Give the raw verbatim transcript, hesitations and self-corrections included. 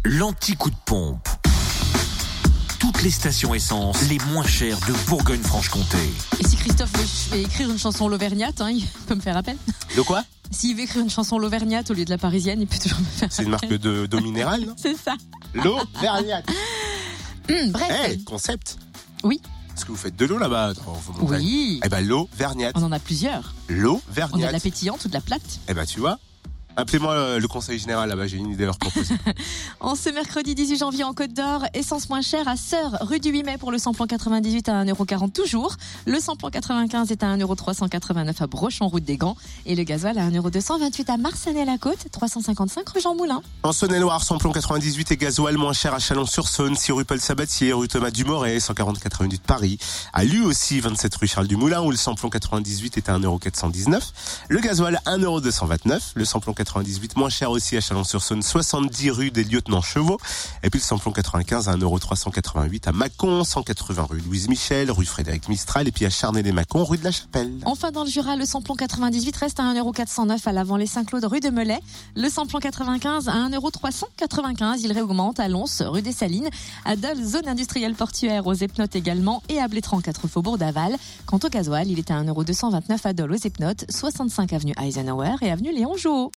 l'anti-coup de pompe. Toutes les stations essence les moins chères de Bourgogne-Franche-Comté. Et si Christophe veut écrire une chanson l'Auvergnate, hein, il peut me faire appel. De quoi ? S'il veut écrire une chanson l'Auvergnate au lieu de la parisienne, il peut toujours me faire appel. C'est une marque de, d'eau minérale, non ? C'est ça. L'Auvergnate. Mmh, bref. Eh, hey, concept. Oui. Est-ce que vous faites de l'eau là-bas dans vos montagnes ? Oui. Eh ben, l'Auvergnate. On en a plusieurs. L'Auvergnate. On a de la pétillante ou de la plate. Eh ben, tu vois. Appelez-moi le conseil général là-bas, j'ai une idée à leur proposer. En ce mercredi dix-huit janvier en Côte d'Or, essence moins chère à Sœur, rue du huit mai pour le samplon quatre-vingt-dix-huit à un euro quarante toujours. Le samplon quatre-vingt-quinze est à un euro trois cent quatre-vingt-neuf à Brochon, route des Gants. Et le gasoil à un euro deux cent vingt-huit à Marsanais-la-Côte, trois cent cinquante-cinq rue Jean Moulin. En Saône-et-Loire, samplon quatre-vingt-dix-huit et gasoil moins cher à Chalon-sur-Saône, six rue Paul Sabatier, rue Thomas Dumoret, cent quarante quatre-vingt-huit Paris. À Lue aussi, vingt-sept rue Charles Dumoulin, où le samplon quatre-vingt-dix-huit est à un euro quatre cent dix-neuf. Le gasoil un euro deux cent vingt-neuf. Le samplon quatre-vingt-dix-huit moins cher aussi à Chalon-sur-Saône, soixante-dix rue des Lieutenants Chevaux. Et puis le samplon quatre-vingt-quinze à un euro trois cent quatre-vingt-huit à Mâcon, cent quatre-vingts rue Louise Michel, rue Frédéric Mistral, et puis à Charnay-les-Mâcon, rue de la Chapelle. Enfin, dans le Jura, le samplon quatre-vingt-dix-huit reste à un euro quatre cent neuf à l'Avant-les-Saint-Claude, rue de Melay. Le samplon quatre-vingt-quinze à un euro trois cent quatre-vingt-quinze. Il réaugmente à Lons, rue des Salines, à Dole, zone industrielle portuaire, aux Epnotes également, et à Blétran, quatre faubourg d'Aval. Quant au gasoil, il est à un euro deux cent vingt-neuf à Dole, aux Epnotes, soixante-cinq avenue Eisenhower et avenue Léon Jouot.